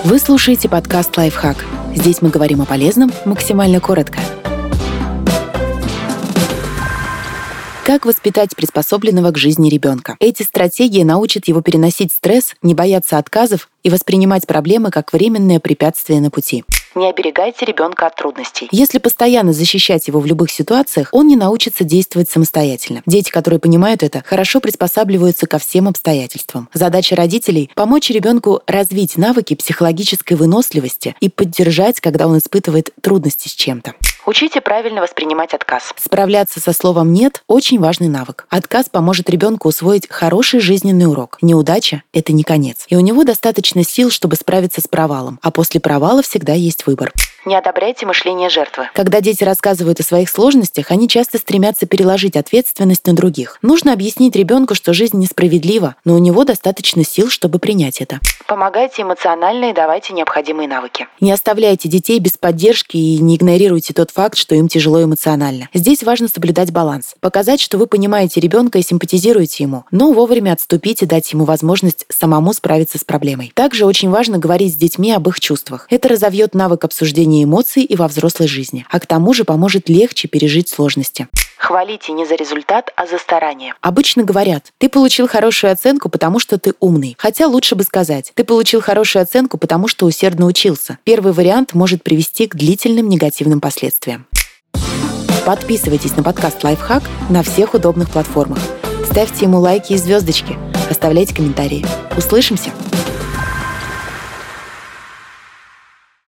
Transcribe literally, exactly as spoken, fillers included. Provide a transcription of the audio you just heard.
Вы слушаете подкаст «Лайфхак». Здесь мы говорим о полезном максимально коротко. Как воспитать приспособленного к жизни ребенка? Эти стратегии научат его переносить стресс, не бояться отказов и воспринимать проблемы как временное препятствие на пути. Не оберегайте ребенка от трудностей. Если постоянно защищать его в любых ситуациях, он не научится действовать самостоятельно. Дети, которые понимают это, хорошо приспосабливаются ко всем обстоятельствам. Задача родителей — помочь ребенку развить навыки психологической выносливости и поддержать, когда он испытывает трудности с чем-то. Учите правильно воспринимать отказ. Справляться со словом «нет» — очень важный навык. Отказ поможет ребенку усвоить хороший жизненный урок. Неудача — это не конец. И у него достаточно сил, чтобы справиться с провалом. А после провала всегда есть выбор. Не одобряйте мышление жертвы. Когда дети рассказывают о своих сложностях, они часто стремятся переложить ответственность на других. Нужно объяснить ребенку, что жизнь несправедлива, но у него достаточно сил, чтобы принять это. Помогайте эмоционально и давайте необходимые навыки. Не оставляйте детей без поддержки и не игнорируйте тот факт, что им тяжело эмоционально. Здесь важно соблюдать баланс. Показать, что вы понимаете ребенка и симпатизируете ему, но вовремя отступить и дать ему возможность самому справиться с проблемой. Также очень важно говорить с детьми об их чувствах. Это разовьет навык обсуждения эмоций и во взрослой жизни, а к тому же поможет легче пережить сложности. Хвалите не за результат, а за старание. Обычно говорят: ты получил хорошую оценку, потому что ты умный. Хотя лучше бы сказать: ты получил хорошую оценку, потому что усердно учился. Первый вариант может привести к длительным негативным последствиям. Подписывайтесь на подкаст «Лайфхак» на всех удобных платформах. Ставьте ему лайки и звездочки. Оставляйте комментарии. Услышимся!